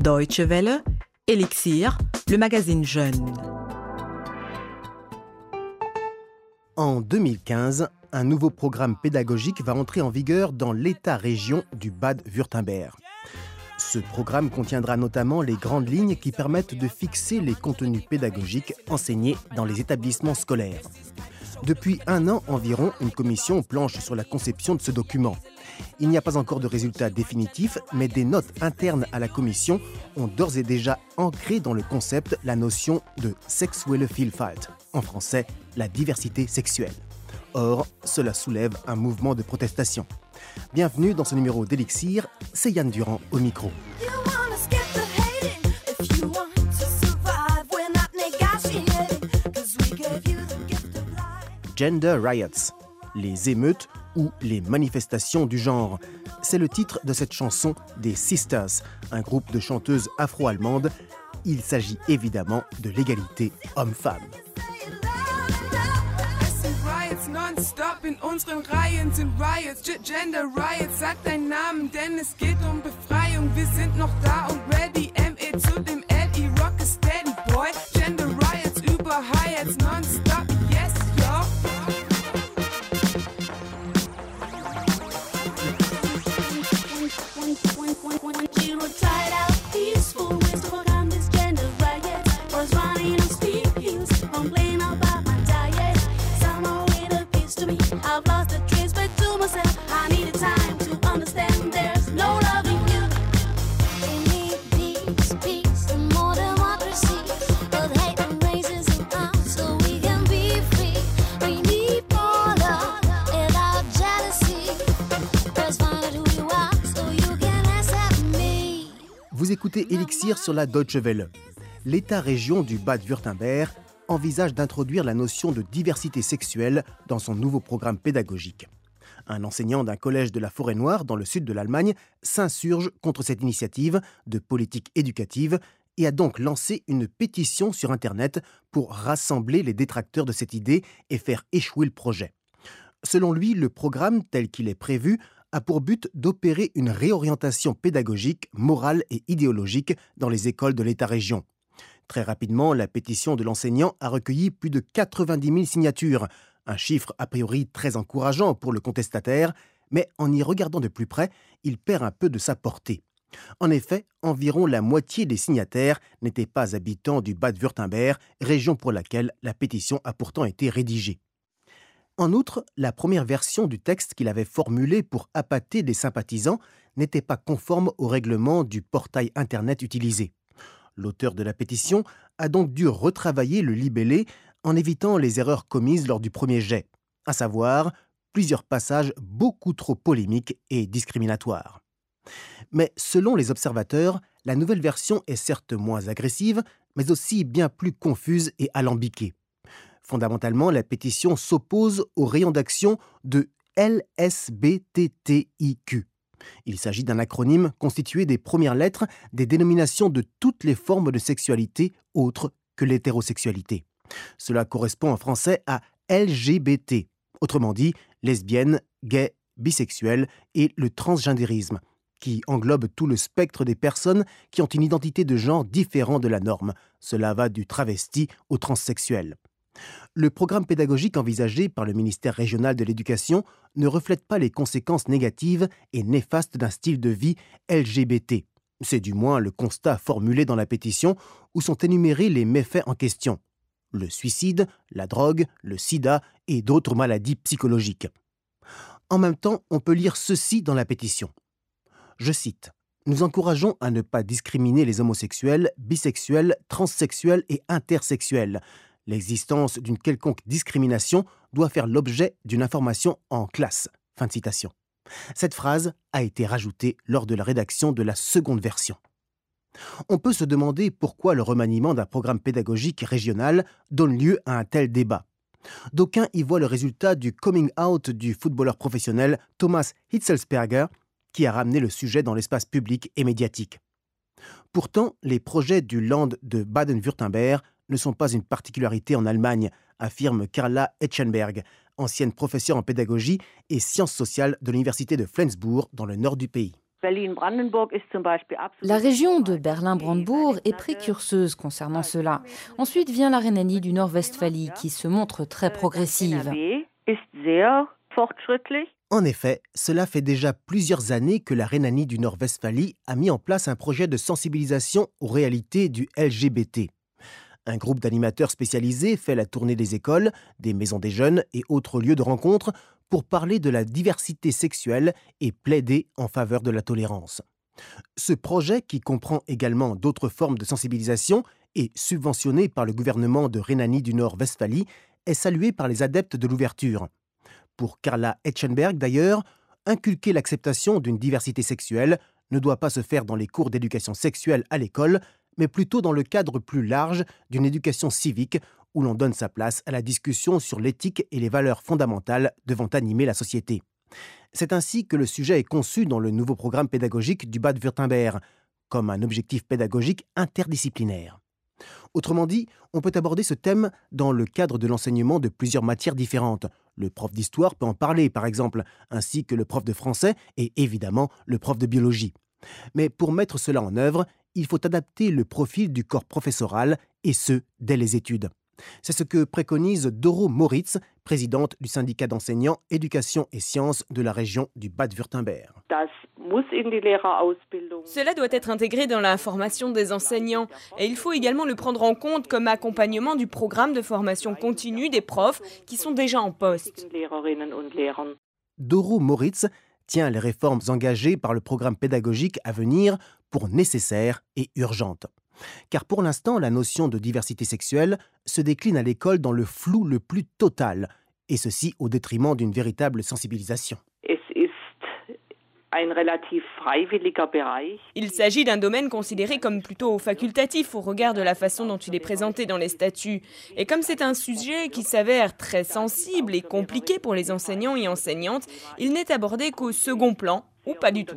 Deutsche Welle, Elixir, le magazine Jeune. En 2015, un nouveau programme pédagogique va entrer en vigueur dans l'État-région du Bade-Wurtemberg. Ce programme contiendra notamment les grandes lignes qui permettent de fixer les contenus pédagogiques enseignés dans les établissements scolaires. Depuis un an environ, une commission planche sur la conception de ce document. Il n'y a pas encore de résultats définitifs, mais des notes internes à la commission ont d'ores et déjà ancré dans le concept la notion de sexuelle Vielfalt, en français, la diversité sexuelle. Or, cela soulève un mouvement de protestation. Bienvenue dans ce numéro d'Elixir, c'est Yann Durand au micro. Gender Riots, les émeutes ou les manifestations du genre. C'est le titre de cette chanson des Sisters, un groupe de chanteuses afro-allemandes. Il s'agit évidemment de l'égalité homme-femme. Non-stop in unseren Reihen sind Riots, Gender Riots, sag deinen Namen, denn es geht Befreiung. Wir sind noch da und ready, ME zu dem LE, Rock is steady, boy. Gender Riots über Hi-Hats, non-stop, yes, yo. Vous écoutez Elixir sur la Deutsche Welle. L'État-région du Bade-Wurtemberg envisage d'introduire la notion de diversité sexuelle dans son nouveau programme pédagogique. Un enseignant d'un collège de la Forêt-Noire dans le sud de l'Allemagne s'insurge contre cette initiative de politique éducative et a donc lancé une pétition sur Internet pour rassembler les détracteurs de cette idée et faire échouer le projet. Selon lui, le programme tel qu'il est prévu a pour but d'opérer une réorientation pédagogique, morale et idéologique dans les écoles de l'État-région. Très rapidement, la pétition de l'enseignant a recueilli plus de 90 000 signatures, un chiffre a priori très encourageant pour le contestataire, mais en y regardant de plus près, il perd un peu de sa portée. En effet, environ la moitié des signataires n'étaient pas habitants du Bade-Wurtemberg, région pour laquelle la pétition a pourtant été rédigée. En outre, la première version du texte qu'il avait formulé pour appâter des sympathisants n'était pas conforme au règlement du portail Internet utilisé. L'auteur de la pétition a donc dû retravailler le libellé en évitant les erreurs commises lors du premier jet, à savoir plusieurs passages beaucoup trop polémiques et discriminatoires. Mais selon les observateurs, la nouvelle version est certes moins agressive, mais aussi bien plus confuse et alambiquée. Fondamentalement, la pétition s'oppose au rayon d'action de LSBTTIQ. Il s'agit d'un acronyme constitué des premières lettres des dénominations de toutes les formes de sexualité autres que l'hétérosexualité. Cela correspond en français à LGBT, autrement dit lesbienne, gay, bisexuel et le transgendérisme, qui englobe tout le spectre des personnes qui ont une identité de genre différente de la norme. Cela va du travesti au transsexuel. Le programme pédagogique envisagé par le ministère régional de l'Éducation ne reflète pas les conséquences négatives et néfastes d'un style de vie LGBT. C'est du moins le constat formulé dans la pétition où sont énumérés les méfaits en question. Le suicide, la drogue, le sida et d'autres maladies psychologiques. En même temps, on peut lire ceci dans la pétition. Je cite « Nous encourageons à ne pas discriminer les homosexuels, bisexuels, transsexuels et intersexuels. L'existence d'une quelconque discrimination doit faire l'objet d'une information en classe. » Fin de citation. Cette phrase a été rajoutée lors de la rédaction de la seconde version. On peut se demander pourquoi le remaniement d'un programme pédagogique régional donne lieu à un tel débat. D'aucuns y voient le résultat du coming out du footballeur professionnel Thomas Hitzelsperger, qui a ramené le sujet dans l'espace public et médiatique. Pourtant, les projets du Land de Baden-Württemberg ne sont pas une particularité en Allemagne, affirme Carla Etchenberg, ancienne professeure en pédagogie et sciences sociales de l'université de Flensburg dans le nord du pays. La région de Berlin-Brandenburg est précurseuse concernant cela. Ensuite vient la Rhénanie du Nord-Westphalie qui se montre très progressive. En effet, cela fait déjà plusieurs années que la Rhénanie du Nord-Westphalie a mis en place un projet de sensibilisation aux réalités du LGBT. Un groupe d'animateurs spécialisés fait la tournée des écoles, des maisons des jeunes et autres lieux de rencontre pour parler de la diversité sexuelle et plaider en faveur de la tolérance. Ce projet, qui comprend également d'autres formes de sensibilisation, est subventionné par le gouvernement de Rhénanie du Nord-Westphalie, est salué par les adeptes de l'ouverture. Pour Carla Etchenberg, d'ailleurs, inculquer l'acceptation d'une diversité sexuelle ne doit pas se faire dans les cours d'éducation sexuelle à l'école, mais plutôt dans le cadre plus large d'une éducation civique où l'on donne sa place à la discussion sur l'éthique et les valeurs fondamentales devant animer la société. C'est ainsi que le sujet est conçu dans le nouveau programme pédagogique du Bade-Wurtemberg, comme un objectif pédagogique interdisciplinaire. Autrement dit, on peut aborder ce thème dans le cadre de l'enseignement de plusieurs matières différentes. Le prof d'histoire peut en parler, par exemple, ainsi que le prof de français et évidemment le prof de biologie. Mais pour mettre cela en œuvre, il faut adapter le profil du corps professoral, et ce, dès les études. C'est ce que préconise Doro Moritz, présidente du syndicat d'enseignants éducation et sciences de la région du Bade-Wurtemberg. Cela doit être intégré dans la formation des enseignants et il faut également le prendre en compte comme accompagnement du programme de formation continue des profs qui sont déjà en poste. Doro Moritz tient les réformes engagées par le programme pédagogique à venir pour nécessaires et urgentes. Car pour l'instant, la notion de diversité sexuelle se décline à l'école dans le flou le plus total, et ceci au détriment d'une véritable sensibilisation. Il s'agit d'un domaine considéré comme plutôt facultatif au regard de la façon dont il est présenté dans les statuts. Et comme c'est un sujet qui s'avère très sensible et compliqué pour les enseignants et enseignantes, il n'est abordé qu'au second plan ou pas du tout.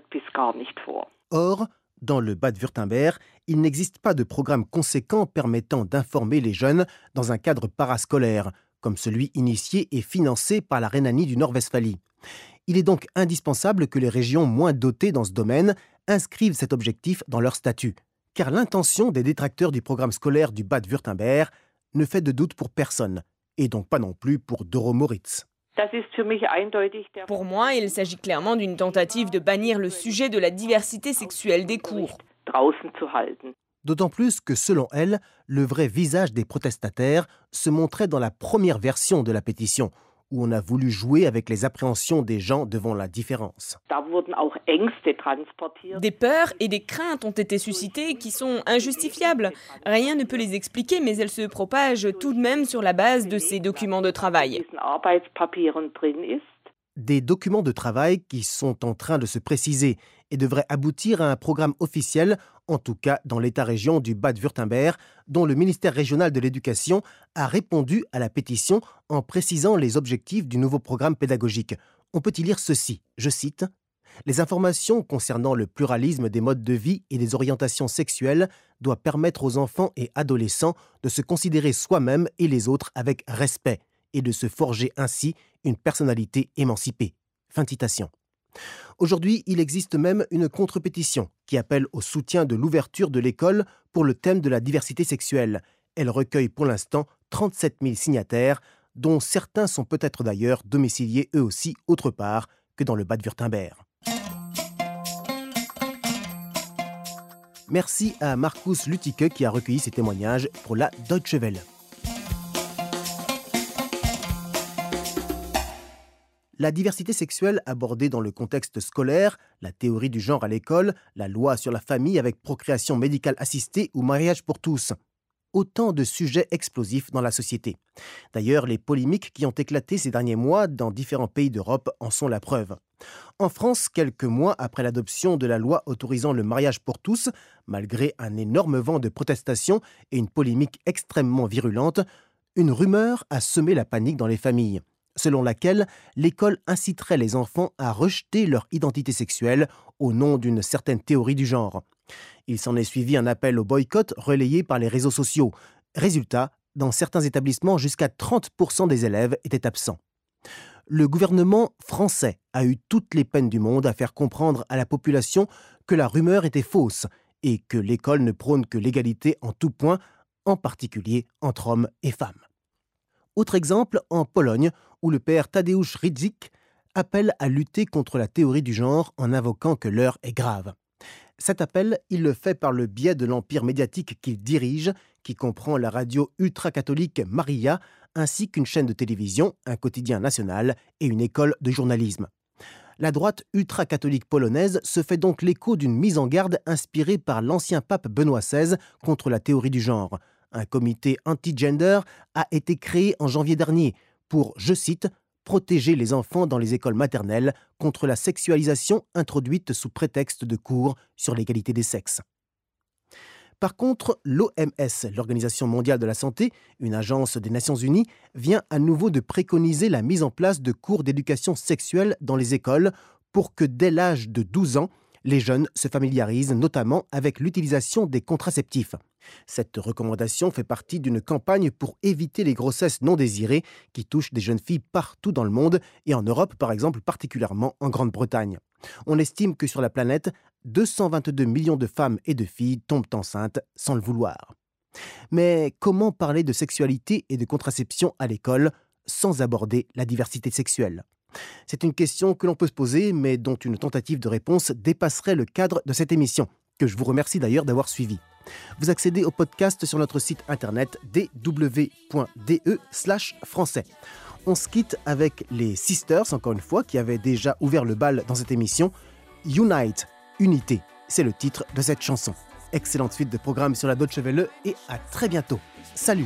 Or, dans le Bade-Wurtemberg, il n'existe pas de programme conséquent permettant d'informer les jeunes dans un cadre parascolaire, comme celui initié et financé par la Rhénanie du Nord-Westphalie. Il est donc indispensable que les régions moins dotées dans ce domaine inscrivent cet objectif dans leur statut, car l'intention des détracteurs du programme scolaire du Bade-Wurtemberg ne fait de doute pour personne, et donc pas non plus pour Doro Moritz. Pour moi, il s'agit clairement d'une tentative de bannir le sujet de la diversité sexuelle des cours. D'autant plus que, selon elle, le vrai visage des protestataires se montrait dans la première version de la pétition, où on a voulu jouer avec les appréhensions des gens devant la différence. Des peurs et des craintes ont été suscitées qui sont injustifiables. Rien ne peut les expliquer, mais elles se propagent tout de même sur la base de ces documents de travail. Des documents de travail qui sont en train de se préciser et devraient aboutir à un programme officiel, en tout cas dans l'État-région du Bade-Wurtemberg, dont le ministère régional de l'Éducation a répondu à la pétition en précisant les objectifs du nouveau programme pédagogique. On peut y lire ceci, je cite, « Les informations concernant le pluralisme des modes de vie et des orientations sexuelles doivent permettre aux enfants et adolescents de se considérer soi-même et les autres avec respect et de se forger ainsi une personnalité émancipée. » Fin de citation. Aujourd'hui, il existe même une contre-pétition qui appelle au soutien de l'ouverture de l'école pour le thème de la diversité sexuelle. Elle recueille pour l'instant 37 000 signataires, dont certains sont peut-être d'ailleurs domiciliés eux aussi autre part que dans le Bade-Wurtemberg. Merci à Markus Lüticke qui a recueilli ces témoignages pour la Deutsche Welle. La diversité sexuelle abordée dans le contexte scolaire, la théorie du genre à l'école, la loi sur la famille avec procréation médicale assistée ou mariage pour tous. Autant de sujets explosifs dans la société. D'ailleurs, les polémiques qui ont éclaté ces derniers mois dans différents pays d'Europe en sont la preuve. En France, quelques mois après l'adoption de la loi autorisant le mariage pour tous, malgré un énorme vent de protestation et une polémique extrêmement virulente, une rumeur a semé la panique dans les familles, selon laquelle l'école inciterait les enfants à rejeter leur identité sexuelle au nom d'une certaine théorie du genre. Il s'en est suivi un appel au boycott relayé par les réseaux sociaux. Résultat, dans certains établissements, jusqu'à 30% des élèves étaient absents. Le gouvernement français a eu toutes les peines du monde à faire comprendre à la population que la rumeur était fausse et que l'école ne prône que l'égalité en tout point, en particulier entre hommes et femmes. Autre exemple, en Pologne, où le père Tadeusz Rydzyk appelle à lutter contre la théorie du genre en invoquant que l'heure est grave. Cet appel, il le fait par le biais de l'empire médiatique qu'il dirige, qui comprend la radio ultra-catholique Maria, ainsi qu'une chaîne de télévision, un quotidien national et une école de journalisme. La droite ultra-catholique polonaise se fait donc l'écho d'une mise en garde inspirée par l'ancien pape Benoît XVI contre la théorie du genre. Un comité anti-gender a été créé en janvier dernier pour, je cite, « protéger les enfants dans les écoles maternelles contre la sexualisation introduite sous prétexte de cours sur l'égalité des sexes ». Par contre, l'OMS, l'Organisation mondiale de la santé, une agence des Nations Unies, vient à nouveau de préconiser la mise en place de cours d'éducation sexuelle dans les écoles pour que dès l'âge de 12 ans, les jeunes se familiarisent notamment avec l'utilisation des contraceptifs. Cette recommandation fait partie d'une campagne pour éviter les grossesses non désirées qui touchent des jeunes filles partout dans le monde et en Europe, par exemple, particulièrement en Grande-Bretagne. On estime que sur la planète, 222 millions de femmes et de filles tombent enceintes sans le vouloir. Mais comment parler de sexualité et de contraception à l'école sans aborder la diversité sexuelle ? C'est une question que l'on peut se poser, mais dont une tentative de réponse dépasserait le cadre de cette émission, que je vous remercie d'ailleurs d'avoir suivi. Vous accédez au podcast sur notre site internet dw.de/français. On se quitte avec les Sisters, encore une fois, qui avaient déjà ouvert le bal dans cette émission. Unite, Unité, c'est le titre de cette chanson. Excellente suite de programmes sur la Deutsche Welle et à très bientôt. Salut!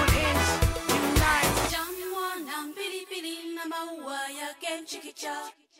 Chicky-cha.